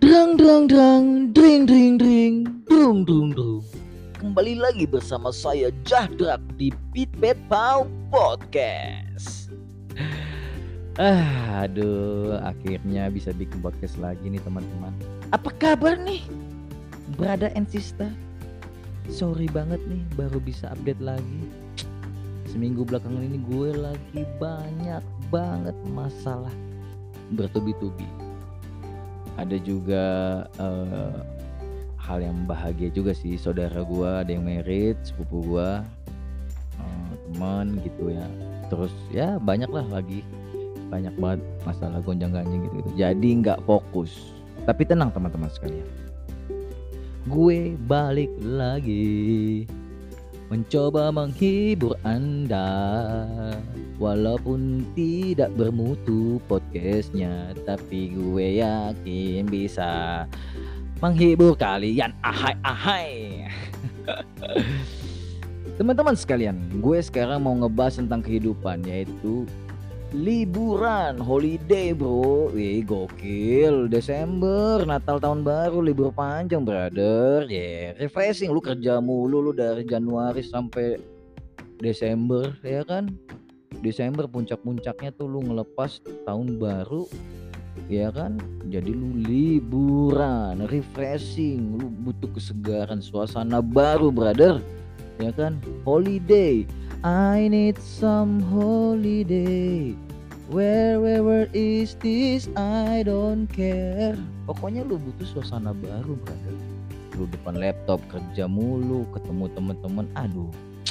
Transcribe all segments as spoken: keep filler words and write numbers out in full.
Drang drang drang, dring dring dring, drung drung drung. Kembali lagi bersama saya Jahdrak di Pitpet Pau Podcast. Ah, aduh, akhirnya bisa bikin podcast lagi nih teman-teman. Apa kabar nih, brother and sister? Sorry banget nih, baru bisa update lagi. Seminggu belakangan ini gue lagi banyak banget masalah bertubi-tubi. Ada juga uh, hal yang bahagia juga sih, saudara gue ada yang married, sepupu gue, uh, teman gitu ya. Terus ya banyak lah lagi, banyak banget masalah gonjang-ganjing gitu, gitu. Jadi nggak fokus. Tapi tenang teman-teman sekalian, gue balik lagi mencoba menghibur Anda, walaupun tidak bermutu podcastnya, tapi gue yakin bisa menghibur kalian. Ahai ahai. Teman-teman sekalian, gue sekarang mau ngebahas tentang kehidupan, yaitu liburan, holiday bro. Wih gokil, Desember, Natal, tahun baru, libur panjang brother. Ya yeah, refreshing. Lu kerja mulu lu dari Januari sampai Desember ya kan. Desember puncak-puncaknya tuh lu ngelepas tahun baru ya kan. Jadi lu liburan, refreshing, lu butuh kesegaran, suasana baru brother ya kan. Holiday, I need some holiday. Where, where, where is this? I don't care. Pokoknya lu butuh suasana baru brother. Lu depan laptop kerja mulu, ketemu temen-temen, aduh.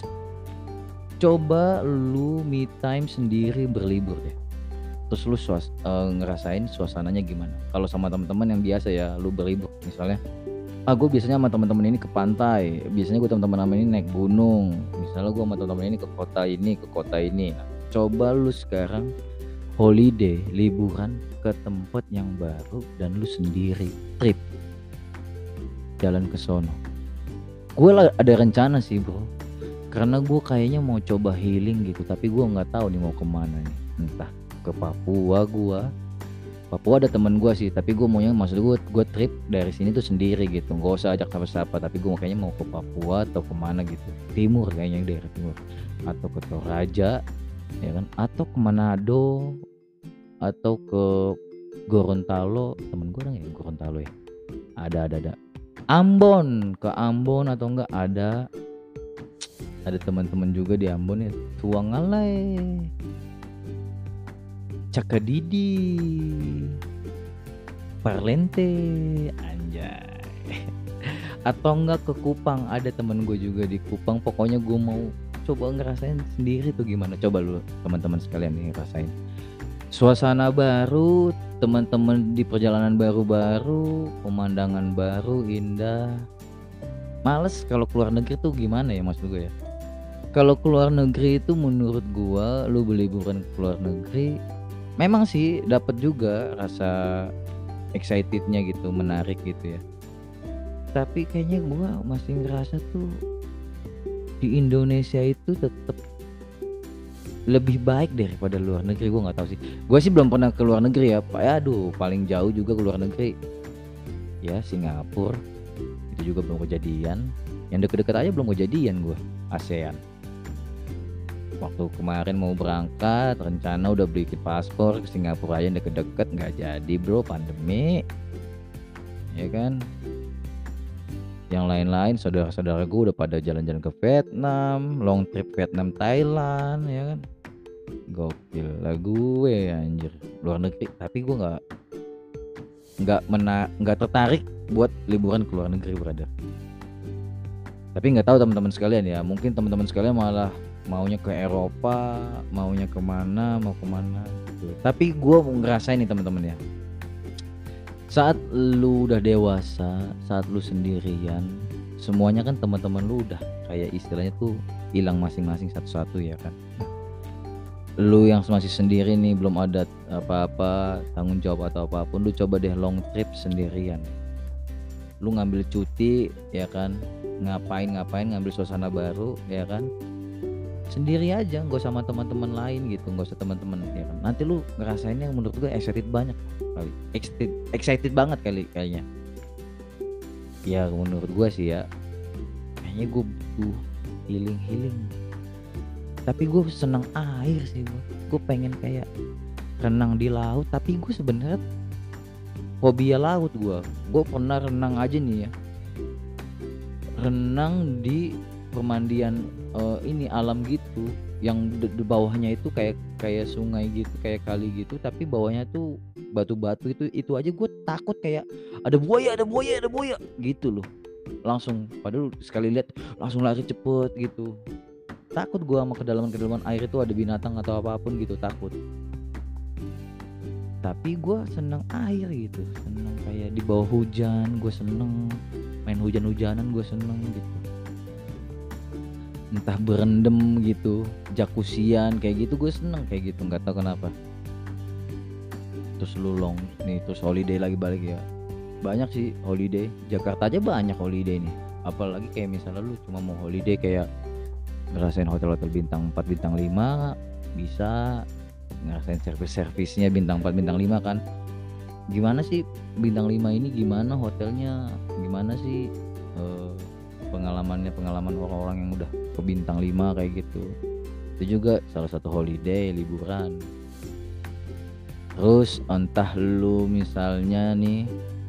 Coba lu me time sendiri berlibur deh. Terus lu suas, uh, ngerasain suasananya gimana. Kalau sama temen-temen yang biasa ya, lu berlibur misalnya. Ah gue biasanya sama teman-teman ini ke pantai, biasanya gue teman-teman sama ini naik gunung, misalnya gue sama teman-teman ini ke kota ini ke kota ini. Nah, coba lu sekarang holiday, liburan ke tempat yang baru dan lu sendiri trip jalan ke sono. Gue ada rencana sih bro, karena gue kayaknya mau coba healing gitu, tapi gue nggak tahu nih mau kemana nih, entah ke Papua gue. Papua ada temen gue sih, tapi gue maunya maksud gue gue trip dari sini tuh sendiri gitu, nggak usah ajak siapa-siapa, tapi gue kayaknya mau ke Papua atau kemana gitu, timur kayaknya, daerah timur, atau ke Toraja ya kan, atau ke Manado, atau ke Gorontalo. Temen gue orang ya Gorontalo ya, ada ada ada Ambon, ke Ambon atau enggak ada ada teman-teman juga di Ambon ya, Tuangalai, Cakadidi, Parlente, anjay. Atau enggak ke Kupang, ada temen gue juga di Kupang. Pokoknya gue mau coba ngerasain sendiri tuh gimana. Coba lu teman-teman sekalian nih rasain suasana baru, teman-teman di perjalanan baru-baru, pemandangan baru indah. Males kalau keluar negeri tuh gimana ya maksud gue ya. Kalau keluar negeri itu menurut gue, lu berliburan ke luar negeri memang sih dapat juga rasa excitednya gitu, menarik gitu ya. Tapi kayaknya gue masih ngerasa tuh di Indonesia itu tetap lebih baik daripada luar negeri. Gue nggak tahu sih. Gue sih belum pernah ke luar negeri ya. Pak, aduh paling jauh juga ke luar negeri ya Singapura. Itu juga belum kejadian. Yang deket-deket aja belum kejadian gue. ASEAN. Waktu kemarin mau berangkat, rencana udah beli paspor ke Singapura aja deket-deket, nggak jadi bro, pandemi ya kan. Yang lain-lain saudara-saudara gue udah pada jalan-jalan ke Vietnam, long trip Vietnam Thailand ya kan. Gokil lah gue anjir luar negeri, tapi gue nggak nggak mena nggak tertarik buat liburan ke luar negeri brother. Tapi nggak tahu teman-teman sekalian ya, mungkin teman-teman sekalian malah maunya ke Eropa, maunya kemana, mau kemana gitu. Tapi gue ngerasain nih teman-teman ya, saat lu udah dewasa, saat lu sendirian, semuanya kan teman-teman lu udah kayak istilahnya tuh hilang masing-masing satu-satu ya kan. Lu yang masih sendiri nih, belum ada apa-apa tanggung jawab atau apapun, lu coba deh long trip sendirian. Lu ngambil cuti ya kan, ngapain-ngapain, ngambil suasana baru ya kan. Sendiri aja, nggak usah sama teman-teman lain gitu, nggak usah teman-teman ya kan. Nanti lu ngerasainnya menurut gue excited banyak kali, excited excited banget kali kayaknya. Ya menurut gue sih ya, kayaknya gue butuh healing-healing. Tapi gue seneng air sih gue. Gue pengen kayak renang di laut, tapi gue sebenarnya fobia laut gue. Gue pernah renang aja nih ya. Renang di pemandian uh, ini alam gitu, yang di, di bawahnya itu kayak kayak sungai gitu, kayak kali gitu, tapi bawahnya tuh batu-batu itu itu aja gue takut, kayak ada buaya ada buaya ada buaya gitu loh. Langsung padahal sekali lihat langsung lari cepet gitu. Takut gue sama kedalaman-kedalaman air itu ada binatang atau apapun gitu, takut. Tapi gue seneng air gitu, seneng kayak di bawah hujan gue seneng, main hujan-hujanan gue seneng gitu, entah berendam gitu, jacuzzian kayak gitu gue seneng kayak gitu, nggak tahu kenapa. Terus lulong nih, terus holiday lagi balik ya, banyak sih holiday. Jakarta aja banyak holiday nih, apalagi kayak misalnya lu cuma mau holiday kayak ngerasain hotel-hotel bintang empat bintang lima, bisa ngerasain servis-servisnya bintang empat bintang lima kan. Gimana sih bintang lima ini, gimana hotelnya, gimana sih uh, pengalamannya, pengalaman orang-orang yang udah ke bintang lima kayak gitu. Itu juga salah satu holiday, liburan. Terus entah lu misalnya nih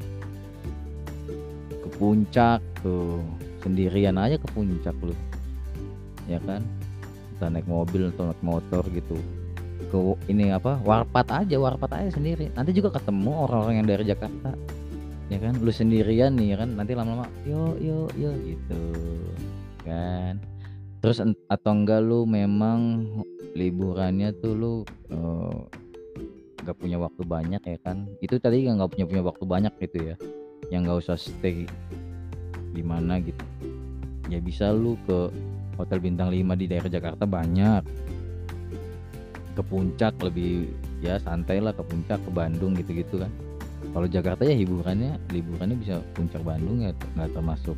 ke puncak tuh, sendirian aja ke puncak lu, ya kan, entah naik mobil atau naik motor gitu, ke ini apa, warpat aja, warpat aja sendiri. Nanti juga ketemu orang-orang yang dari Jakarta, ya kan. Lu sendirian nih ya kan, nanti lama-lama yo yo yo gitu kan. Terus atau enggak lu memang liburannya tuh lu uh, gak punya waktu banyak ya kan, itu tadi nggak punya punya waktu banyak gitu ya, yang nggak usah stay di mana gitu, ya bisa lu ke hotel bintang lima di daerah Jakarta banyak, ke puncak lebih ya santai lah, ke puncak, ke Bandung gitu-gitu kan. Kalau Jakarta ya hiburannya, liburannya bisa puncak Bandung ya, nggak termasuk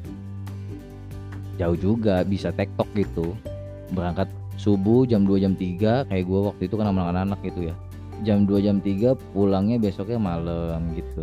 jauh juga, bisa tektok gitu, berangkat subuh jam dua jam tiga kayak gue waktu itu kan sama anak-anak gitu ya, jam dua jam tiga pulangnya besoknya malam gitu,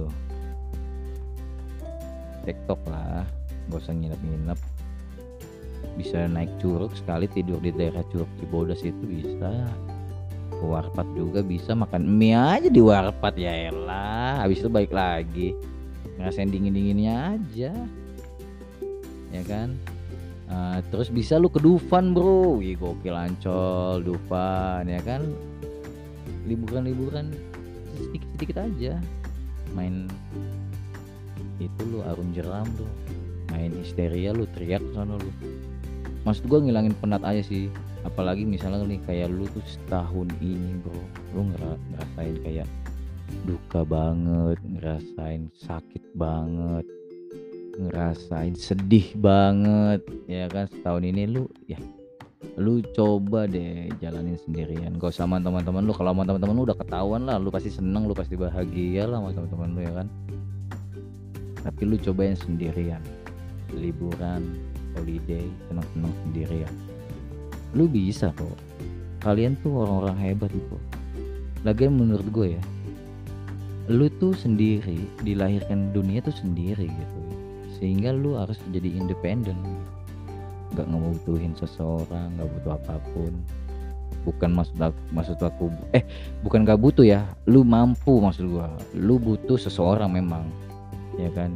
tektok lah, gak usah nginep-nginep. Bisa naik Curug sekali, tidur di daerah Curug Cibodas itu bisa, ke warpat juga bisa, makan mie aja di warpat ya elah, habis itu balik lagi ngerasain dingin-dinginnya aja ya kan. Uh, terus bisa lu ke Dufan bro, wih gokil, Ancol, Dufan ya kan, liburan-liburan sedikit-sedikit aja, main itu lu arum jeram lu, main histeria lu, teriak sana lu. Maksud gua ngilangin penat aja sih, apalagi misalnya nih kayak lu tuh setahun ini bro, lu ngerasain kayak duka banget, ngerasain sakit banget, ngerasain sedih banget ya kan, setahun ini lu ya lu coba deh jalanin sendirian, gak usah sama teman-teman lu. Kalau sama teman-teman lu udah ketahuan lah, lu pasti seneng, lu pasti bahagia lah sama teman-teman lu ya kan. Tapi lu cobain sendirian, liburan, holiday, seneng-seneng sendirian, lu bisa kok. Kalian tuh orang-orang hebat gitu. Lagian menurut gue ya, lu tuh sendiri, dilahirkan dunia tuh sendiri gitu, sehingga lu harus jadi independen, nggak ngebutuhin seseorang, nggak butuh apapun. Bukan maksud aku, maksud aku eh bukan nggak butuh ya, lu mampu, maksud gua lu butuh seseorang memang ya kan,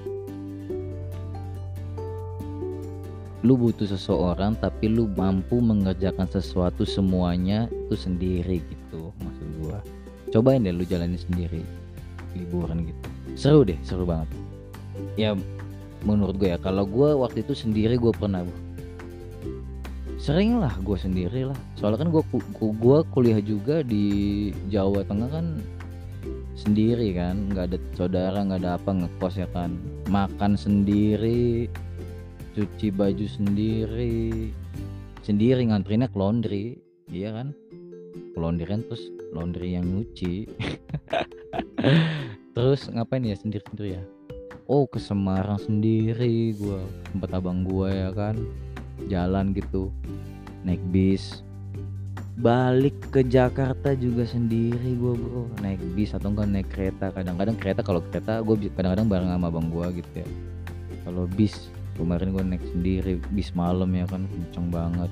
lu butuh seseorang tapi lu mampu mengerjakan sesuatu semuanya itu sendiri gitu, maksud gua. Cobain deh lu jalanin sendiri liburan gitu, seru deh, seru banget ya menurut gue ya. Kalau gue waktu itu sendiri, gue pernah sering lah gue sendiri lah, soalnya kan gue gue kuliah juga di Jawa Tengah kan, sendiri kan, nggak ada saudara, nggak ada apa, ngekos ya kan, makan sendiri, cuci baju sendiri sendiri, ngantrinnya ke laundry, iya kan, ke laundry kan, terus laundry yang nyuci. Terus ngapain ya sendiri-sendiri ya, oh ke Semarang sendiri gua, tempat abang gua ya kan, jalan gitu, naik bis. Balik ke Jakarta juga sendiri gue bro, naik bis atau enggak naik kereta. Kadang-kadang kereta, kalau kereta gue kadang-kadang bareng sama abang gue gitu ya. Kalau bis kemarin gue naik sendiri, bis malam ya kan, kenceng banget.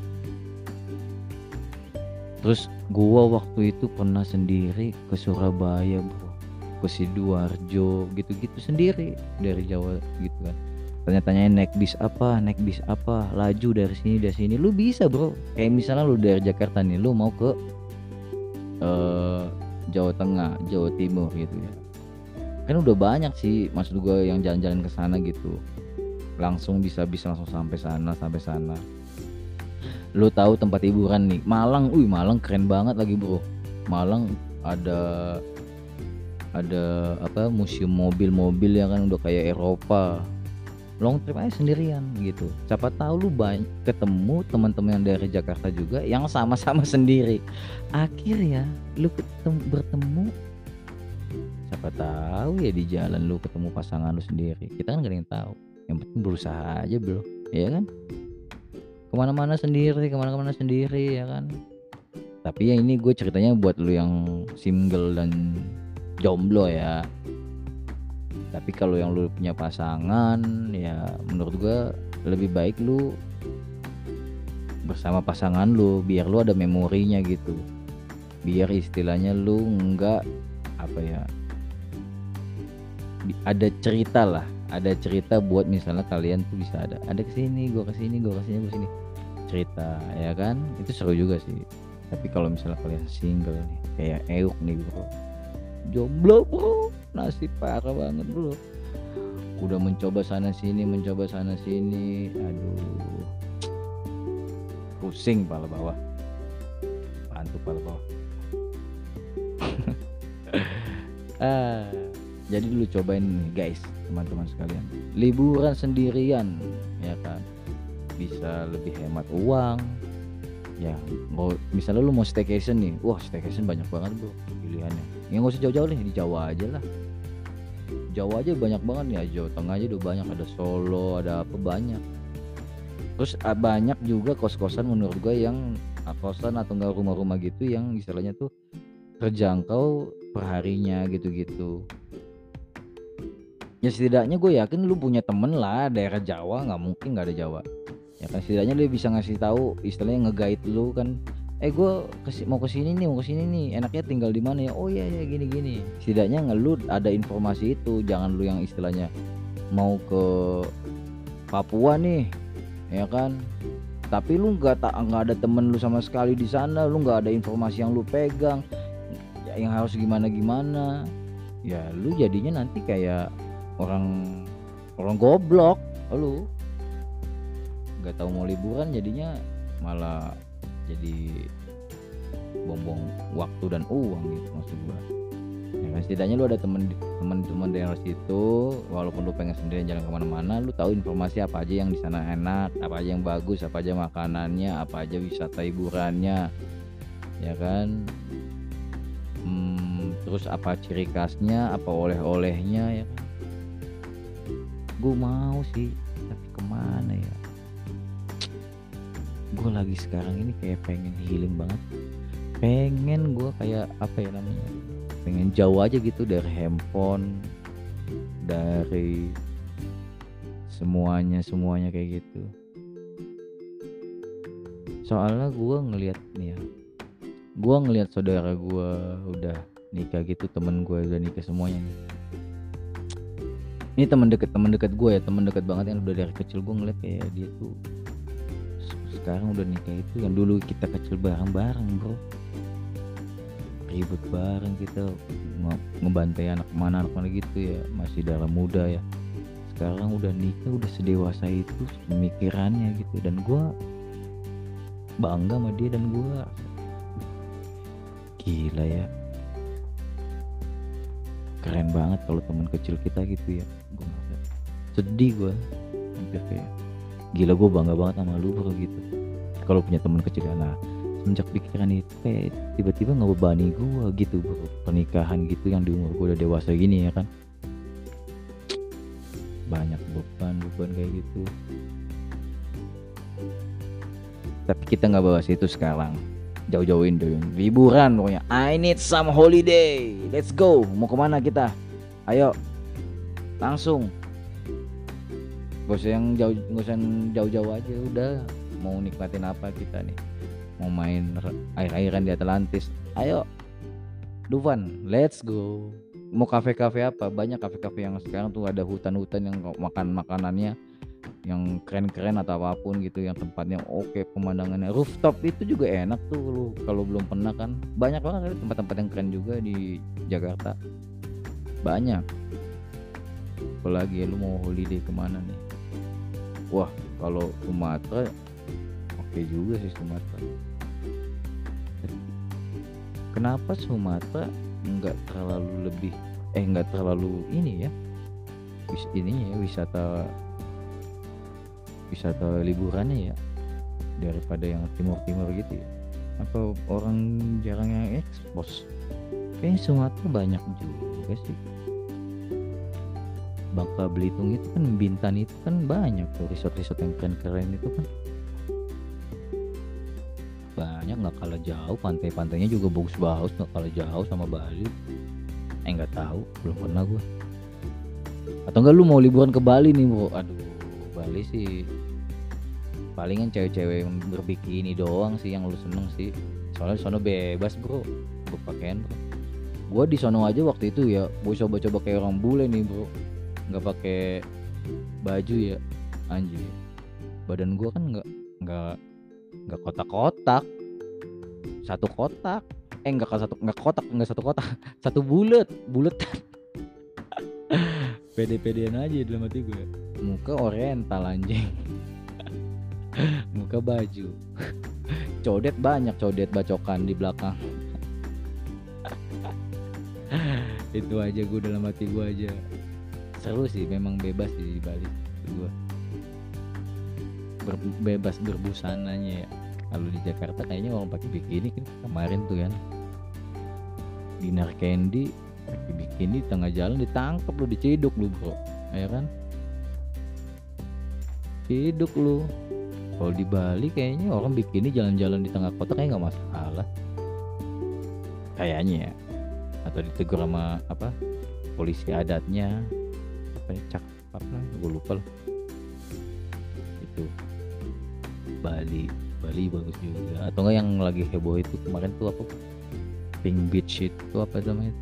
Terus gue waktu itu pernah sendiri ke Surabaya bro, ke Sidoarjo gitu-gitu sendiri dari Jawa gitu kan. Tanya-tanyain naik bis apa, naik bis apa, laju dari sini dari sini. Lu bisa bro, kayak misalnya lu dari Jakarta nih, lu mau ke uh, Jawa Tengah, Jawa Timur gitu ya. Kan udah banyak sih maksud gue yang jalan-jalan ke sana gitu. Langsung bisa bisa langsung sampai sana, sampai sana. Lu tahu tempat hiburan nih, Malang, wih Malang keren banget lagi bro. Malang ada ada apa museum mobil-mobil ya kan, udah kayak Eropa. Long trip aja sendirian gitu. Siapa tahu lu banyak ketemu teman-teman yang dari Jakarta juga yang sama-sama sendiri. Akhirnya lu ketemu, bertemu, siapa tahu ya di jalan lu ketemu pasangan lu sendiri. Kita kan gak ada yang tahu. Yang penting berusaha aja bro, ya kan? Kemana-mana sendiri, kemana-mana sendiri ya kan. Tapi ya ini gue ceritanya buat lu yang single dan jomblo ya. Tapi kalau yang lu punya pasangan ya menurut gue lebih baik lu bersama pasangan lu, biar lu ada memorinya gitu. Biar istilahnya lu enggak apa ya, ada cerita lah, ada cerita buat misalnya kalian tuh bisa ada ada kesini, gue kesini, gue kesini, gue kesini, cerita ya kan, itu seru juga sih. Tapi kalau misalnya kalian single nih kayak Euk nih bro, jomblo bro, nasib parah banget bro. Udah mencoba sana sini, mencoba sana sini, aduh, pusing pala bawah, bantu pala bawah. ah, jadi lu cobain nih guys, teman-teman sekalian, liburan sendirian ya kan, bisa lebih hemat uang. Ya mau misalnya lu mau staycation nih, wah staycation banyak banget bro pilihannya. Ya nggak usah jauh-jauh nih, di Jawa aja lah. Jawa aja banyak banget ya, Jawa Tengah aja udah banyak, ada Solo, ada apa banyak. Terus banyak juga kos-kosan menurut gue yang kosan atau enggak rumah-rumah gitu yang istilahnya tuh terjangkau perharinya gitu-gitu. Ya setidaknya gue yakin lu punya temen lah daerah Jawa, nggak mungkin nggak ada Jawa. Ya kan setidaknya dia bisa ngasih tahu, istilahnya nge-guide lu kan, eh gue kesi, mau kesini nih mau kesini nih enaknya tinggal di mana ya, oh iya ya gini gini. Setidaknya ngelut ada informasi itu. Jangan lu yang istilahnya mau ke Papua nih ya kan, tapi lu nggak tak nggak ada temen lu sama sekali di sana, lu nggak ada informasi yang lu pegang ya, yang harus gimana gimana ya, lu jadinya nanti kayak orang orang goblok. Lu nggak tahu mau liburan, jadinya malah jadi buang-buang waktu dan uang gitu maksud gua. Ya kan setidaknya lu ada temen teman-teman daerah situ, walaupun lu pengen sendirian jalan kemana-mana, lu tahu informasi apa aja yang di sana enak, apa aja yang bagus, apa aja makanannya, apa aja wisata hiburannya, ya kan. Hmm, terus apa ciri khasnya, apa oleh-olehnya ya kan. Gua mau sih, tapi kemana ya? Gue lagi sekarang ini kayak pengen healing banget, pengen gue kayak apa ya namanya, pengen jauh aja gitu dari handphone, dari semuanya semuanya kayak gitu. Soalnya gue ngelihat nih ya, gue ngelihat saudara gue udah nikah gitu, temen gue udah nikah semuanya nih. Ini teman deket teman dekat gue ya, teman dekat banget yang udah dari kecil. Gue ngeliat kayak dia tuh sekarang udah nikah itu, yang dulu kita kecil bareng-bareng bro, ribut bareng kita, nge- ngebantai anak mana anak mana gitu ya, masih darah muda ya. Sekarang udah nikah, udah sedewasa itu pemikirannya gitu, dan gue bangga sama dia, dan gue gila ya, keren banget kalau teman kecil kita gitu ya. Gue sedih, gue hampir kayak gila, gue bangga banget sama lu bro gitu kalau punya teman kecil. Nah semenjak pikiran itu kayak tiba-tiba ngebebani gue gitu bro, pernikahan gitu yang di umur gue udah dewasa gini ya kan, banyak beban-beban kayak gitu. Tapi kita nggak bahas itu sekarang. Jauh-jauhin dulu. Liburan pokoknya. I need some holiday. Let's go. Mau kemana kita? Ayo. Langsung. Gak usah yang jauh, gak usah yang jauh-jauh aja. Udah. Mau nikmatin apa kita nih? Mau main air-airan di Atlantis. Ayo. Dufan. Let's go. Mau kafe-kafe apa? Banyak kafe-kafe yang sekarang tuh ada hutan-hutan yang makan makanannya yang keren-keren atau apapun gitu, yang tempatnya oke, pemandangannya rooftop itu juga enak tuh lu kalau belum pernah kan. Banyak banget tempat-tempat yang keren juga di Jakarta, banyak. Apalagi lu mau holiday kemana nih? Wah, kalau Sumatera oke juga sih Sumatera. Kenapa Sumatera nggak terlalu lebih eh nggak terlalu ini ya wis ini ya wisata wisata liburannya ya daripada yang timur-timur gitu ya? Apa orang jarang yang ekspos? Kayaknya Sumatera banyak juga sih. Bangka Belitung itu kan, Bintan itu kan banyak tuh resort-resort yang keren-keren itu kan. Banyak, nggak kalah jauh, pantai-pantainya juga bagus-bagus, nggak kalah jauh sama Bali. Eh nggak tahu, belum pernah gue. Atau enggak lu mau liburan ke Bali nih bro? Aduh, Bali sih palingan cewek-cewek yang berbikini doang sih yang lu seneng sih. Soalnya di sono bebas bro, berpakaian bro. Gue di sono aja waktu itu ya, gue coba-coba kayak orang bule nih bro, nggak pakai baju ya, anjir. Badan gue kan nggak nggak nggak kotak-kotak, satu kotak, eh nggak satu nggak kotak nggak satu kotak, satu bulat bulat. Pede-pedean aja dalam hati gue. Muka oriental anjing. Muka baju. Codet banyak, codet bacokan di belakang. Itu aja gue dalam hati gue aja. Seru sih, memang bebas di Bali gue. Ber, bebas berbusananya ya. Kalau di Jakarta kayaknya orang pakai bikini kan kemarin tuh kan. Dinar Candy pakai bikini tengah jalan ditangkap lu, diciduk lu bro, ya kan? Ciduk lu. Kalau di Bali kayaknya orang bikini jalan-jalan di tengah kota kayak nggak masalah. Kayaknya ya. Atau ditegur sama apa? Polisi adatnya. Apa ya? Cak apa? Gue lupa lah. Itu Bali, Bali bagus juga. Atau enggak yang lagi heboh itu kemarin tuh apa? Pink Beach itu apa namanya?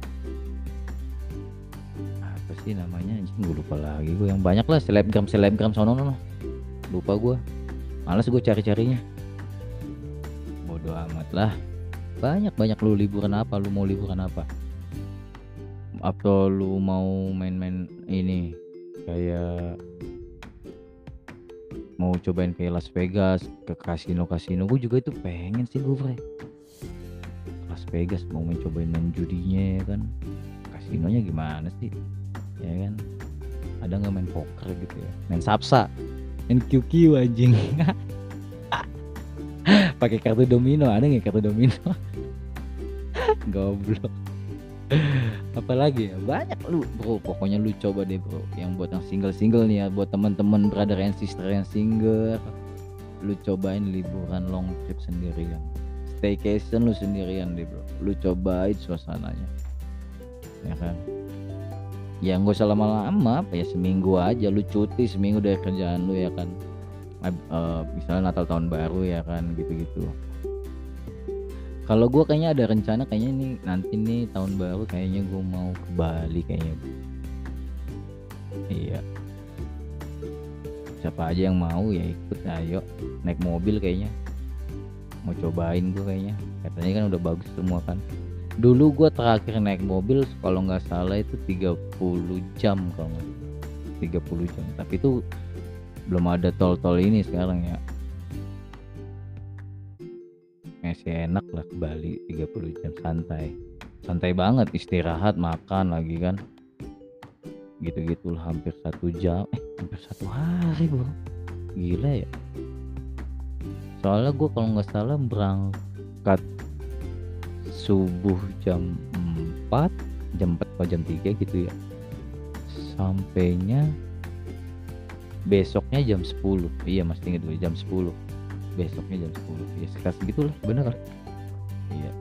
Apa sih namanya? Gue lupa lagi. Gue yang banyak lah selebgram selebgram sono no. Lupa gue. Males gue cari-carinya. Bodoh amat lah. Banyak-banyak lu liburan apa? Lu mau liburan apa? Atau lu mau main-main ini kayak mau cobain kayak Las Vegas, ke kasino-kasino. Gue juga itu pengen sih gue, Bre. Las Vegas mau main cobain main judinya ya kan. Kasinonya gimana sih? Ya kan. Ada nggak main poker gitu ya? Main sapsa, main Q Q anjing. Pakai kartu domino, ada nggak kartu domino? Goblok. Apalagi ya, banyak lu bro, pokoknya lu coba deh bro. Yang buat yang single-single nih ya, buat teman-teman brother and sister yang single, lu cobain liburan long trip sendirian, staycation lu sendirian deh bro. Lu cobain suasananya, ya kan? Ya nggak usah lama-lama, apa ya, seminggu aja lu cuti seminggu dari kerjaan lu ya kan. Uh, misalnya Natal tahun baru ya kan, gitu-gitu. Kalau gue kayaknya ada rencana kayaknya nih nanti nih tahun baru kayaknya gue mau ke Bali kayaknya. Iya. Siapa aja yang mau ya ikut, ayo naik mobil kayaknya. Mau cobain gue kayaknya. Katanya kan udah bagus semua kan. Dulu gue terakhir naik mobil kalau nggak salah itu tiga puluh jam kalau nggak tiga puluh jam. Tapi itu belum ada tol-tol ini sekarang ya. Masih enak lah ke Bali tiga puluh jam santai. Santai banget, istirahat, makan lagi kan. Gitu-gitu lah hampir satu jam. Eh hampir satu hari bro. Gila ya. Soalnya gue kalau nggak salah berangkat subuh jam empat, jam empat atau jam tiga gitu ya. Sampainya besoknya jam sepuluh. Iya masih ingat gue jam sepuluh. besoknya jam sepuluh ya sekitar segitulah, bener kan? Iya.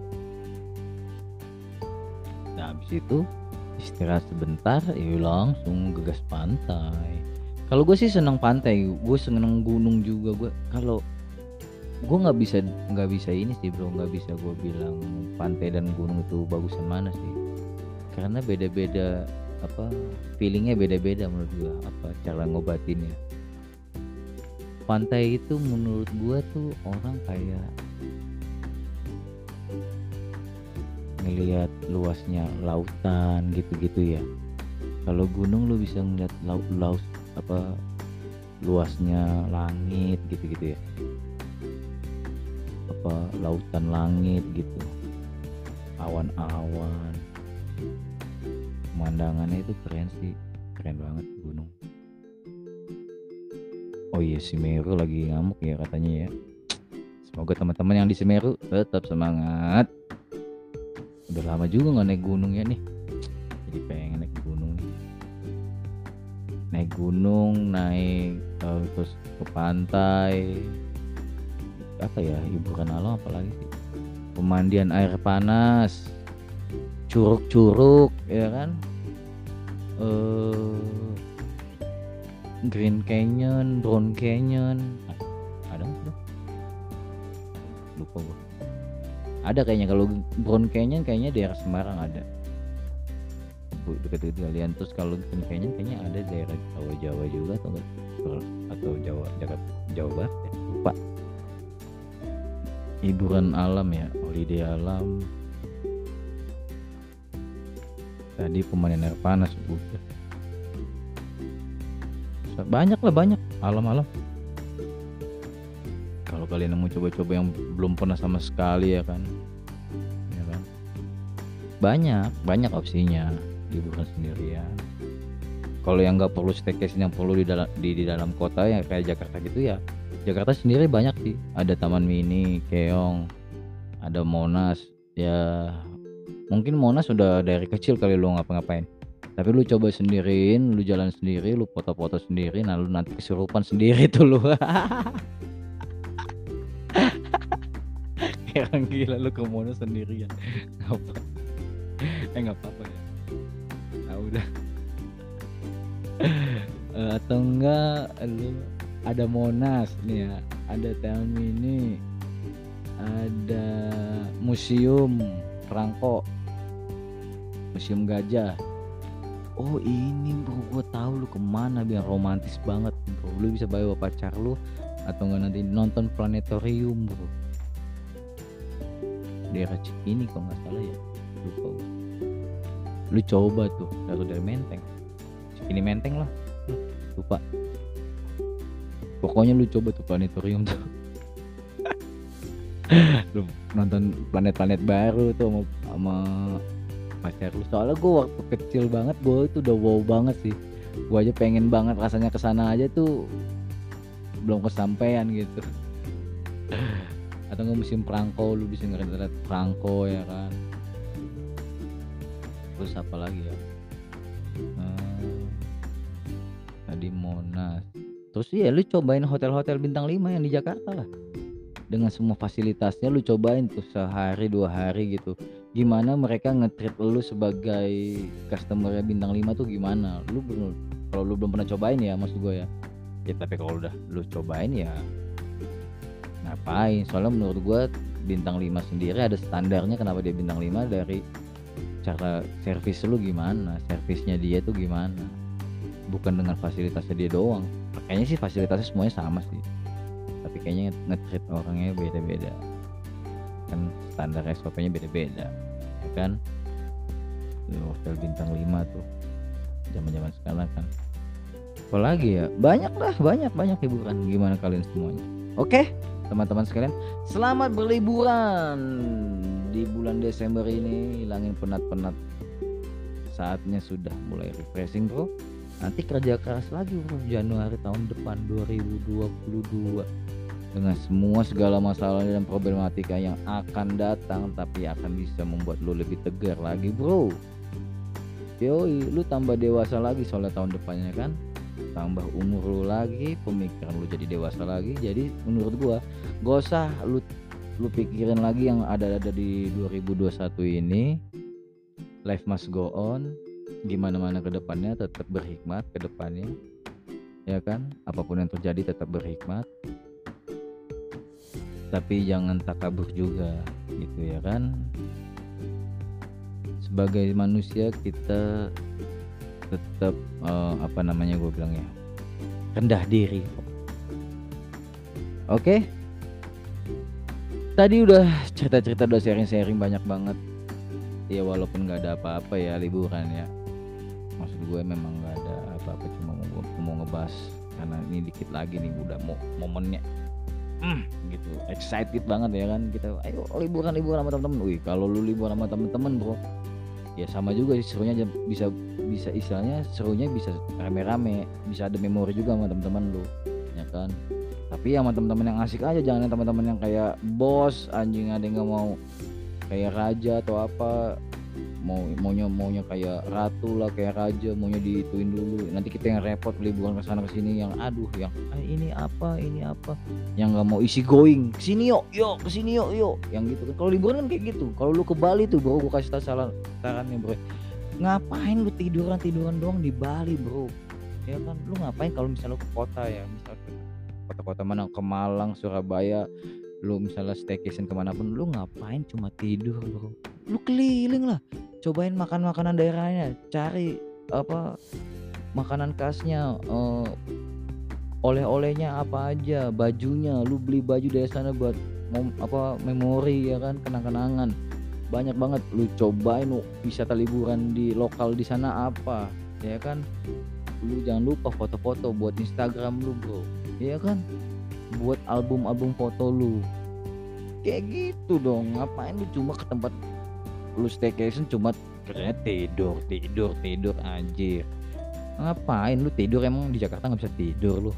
Nah habis itu istirahat sebentar, ya langsung gegas pantai. Kalau gue sih seneng pantai, gue seneng gunung juga. Gue kalau gue nggak bisa nggak bisa ini sih bro, nggak bisa gue bilang pantai dan gunung itu bagusan mana sih, karena beda-beda apa feelingnya beda-beda menurut gue, apa cara ngobatinnya. Pantai itu menurut gue tuh orang kayak ngelihat luasnya lautan gitu-gitu ya. Kalau gunung lu bisa ngeliat laut laut apa luasnya langit gitu-gitu ya, apa lautan langit gitu, awan-awan, pemandangannya itu keren sih, keren banget gunung. Oh iya, Semeru lagi ngamuk ya katanya ya. Semoga teman-teman yang di Semeru tetap semangat. Udah lama juga nggak naik gunung ya nih, jadi pengen naik gunung nih. Naik gunung, naik uh, terus ke pantai, apa ya, hiburan alam apalagi sih, pemandian air panas, curug-curug ya kan, uh, Green Canyon, Brown Canyon, ah, ada nggak? Lupa gua. Ada kayaknya, kalau Brown Canyon kayaknya daerah Semarang ada, dekat-dekat kalian. Terus kalau Green Canyon kayaknya ada daerah Jawa Jawa juga atau enggak, atau Jawa Jakarta Jawa Barat ya, lupa. Hiburan alam ya, holiday alam. Tadi pemandian air panas udah. Banyak lah, banyak alam-alam. Kalau kalian mau coba-coba yang belum pernah sama sekali ya kan, ya kan, banyak banyak opsinya, liburan sendirian. Kalau yang nggak perlu staycation, yang perlu di dalam di, di dalam kota ya kayak Jakarta gitu ya, Jakarta sendiri banyak sih, ada Taman Mini, Keong, ada Monas ya. Mungkin Monas udah dari kecil kali lu ngapa-ngapain, tapi lu coba sendiriin, lu jalan sendiri, lu foto-foto sendiri, nah lu nanti kesurupan sendiri tuh lu. Yang gila lu ke Monas sendirian. Ngapa? Eh nggak apa-apa ya. Nah udah. uh, atau enggak lu ada Monas nih ya, ada Taman Mini, ada museum Perangko, museum gajah. Oh ini bro, gue tahu lu kemana biar romantis banget bro. Lu bisa bawa pacar lu atau enggak nanti nonton planetarium bro, daerah Cikini kalau nggak salah ya, lupa gue. Lu coba tuh, lalu dari Menteng, Cikini Menteng lah, lupa. Pokoknya lu coba tuh planetarium tuh. Lu nonton planet-planet baru tuh sama, sama pacar lu. Soalnya gue waktu kecil banget gue itu udah wow banget sih. Gue aja pengen banget rasanya kesana aja tuh, belum kesampaian gitu. Atau nggak museum Perangko, lu bisa ngeliat Perangko ya kan. Terus apa lagi ya, hmm, tadi Monas. Terus ya lu cobain hotel-hotel bintang lima yang di Jakarta lah, dengan semua fasilitasnya. Lu cobain tuh sehari dua hari gitu, gimana mereka nge-treat lu sebagai customer bintang lima tuh gimana. Lu belum, kalau lu belum pernah cobain ya maksud gue ya, ya tapi kalau udah lu cobain ya ngapain. Soalnya menurut gue bintang lima sendiri ada standarnya. Kenapa dia bintang lima? Dari cara servis lu gimana, servisnya dia tuh gimana, bukan dengan fasilitasnya dia doang. Kayaknya sih fasilitasnya semuanya sama sih, tapi kayaknya nge-treat orangnya beda-beda kan, standar S O P-nya beda-beda ya kan. Hotel bintang lima tuh zaman-zaman sekarang kan. Apalagi ya, banyak lah, banyak banyak hiburan. Gimana kalian semuanya? Oke teman-teman sekalian, selamat berliburan di bulan Desember ini. Hilangin penat-penat, saatnya sudah mulai refreshing bro. Nanti kerja keras lagi bro, Januari tahun depan dua ribu dua puluh dua, dengan semua segala masalah dan problematika yang akan datang, tapi akan bisa membuat lu lebih tegar lagi bro. Yoi, lu tambah dewasa lagi soalnya tahun depannya kan. tambah umur lu lagi, pemikiran lu jadi dewasa lagi. Jadi menurut gua gak usah lu lu pikirin lagi yang ada-ada di dua ribu dua puluh satu ini. Life must go on. Gimana mana ke depannya tetap berhikmat ke depannya. Ya kan? Apapun yang terjadi tetap berhikmat. Tapi jangan takabur juga gitu ya kan. Sebagai manusia kita tetap uh, apa namanya gue bilang ya, rendah diri. Oke, tadi udah cerita-cerita, udah sharing-sharing banyak banget ya, walaupun nggak ada apa-apa ya liburan ya. Maksud gue memang nggak ada apa-apa, cuma mau, mau ngebahas karena ini dikit lagi nih udah mau momennya mm, gitu, excited banget ya kan kita. Ayo liburan-liburan sama temen-temen. Wih, kalau lu liburan sama temen-temen bro, ya sama juga sih serunya, bisa bisa istilahnya serunya bisa rame-rame, bisa ada memori juga sama teman-teman lu ya kan. Tapi sama teman-teman yang asik aja, jangan yang teman-teman yang kayak bos anjing, ada yang nggak mau kayak raja atau apa, mau maunya maunya kayak ratu lah, kayak raja, maunya diituin dulu, nanti kita yang repot liburan ke sana ke sini, yang aduh yang ah, ini apa ini apa, yang nggak mau isi going kesini yuk yuk kesini yuk yuk, yang gitu kan. Kalau liburan kan kayak gitu. Kalau lu ke Bali tuh bro, gue kasih tau saran sarannya bro, ngapain lu tiduran tiduran doang di Bali bro ya kan. Lu ngapain kalau misalnya lu ke kota ya, misal ke kota-kota mana, ke Malang, Surabaya, lu misalnya staycation kemanapun, lu ngapain cuma tidur bro. Lu keliling lah, cobain makan makanan daerahnya, cari apa makanan khasnya, uh, oleh-olehnya apa aja, bajunya lu beli baju dari sana buat mem, apa memori ya kan, kenang-kenangan. Banyak banget, lu cobain lu wisata liburan di lokal di sana apa ya kan. Lu jangan lupa foto-foto buat Instagram lu bro ya kan, buat album-album foto lu kayak gitu dong. Ngapain lu cuma ke tempat lu staycation cuma kerjanya tidur tidur tidur anjir. Ngapain lu tidur, emang di Jakarta nggak bisa tidur lu.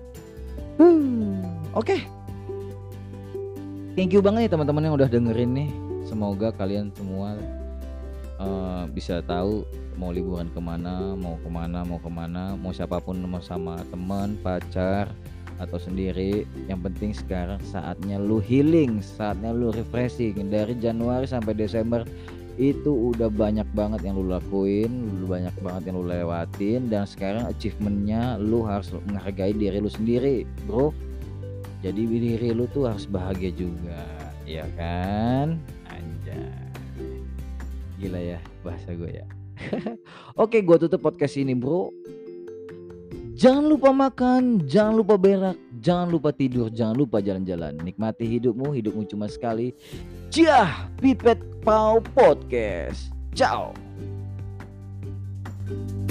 hmm, oke okay. Thank you banget ya teman-teman yang udah dengerin nih. Semoga kalian semua uh, bisa tahu mau liburan kemana, mau kemana, mau kemana, mau siapapun, mau sama teman, pacar, atau sendiri. Yang penting sekarang saatnya lu healing, saatnya lu refreshing. Dari Januari sampai Desember itu udah banyak banget yang lu lakuin, lu banyak banget yang lu lewatin, dan sekarang achievementnya lu harus menghargai diri lu sendiri bro. Jadi diri lu tuh harus bahagia juga ya kan. Anjay, gila ya bahasa gue ya. Oke, gue tutup podcast ini bro. Jangan lupa makan, jangan lupa berak, jangan lupa tidur, jangan lupa jalan-jalan. Nikmati hidupmu, hidupmu cuma sekali. Ciah, Pipet Pau Podcast. Ciao.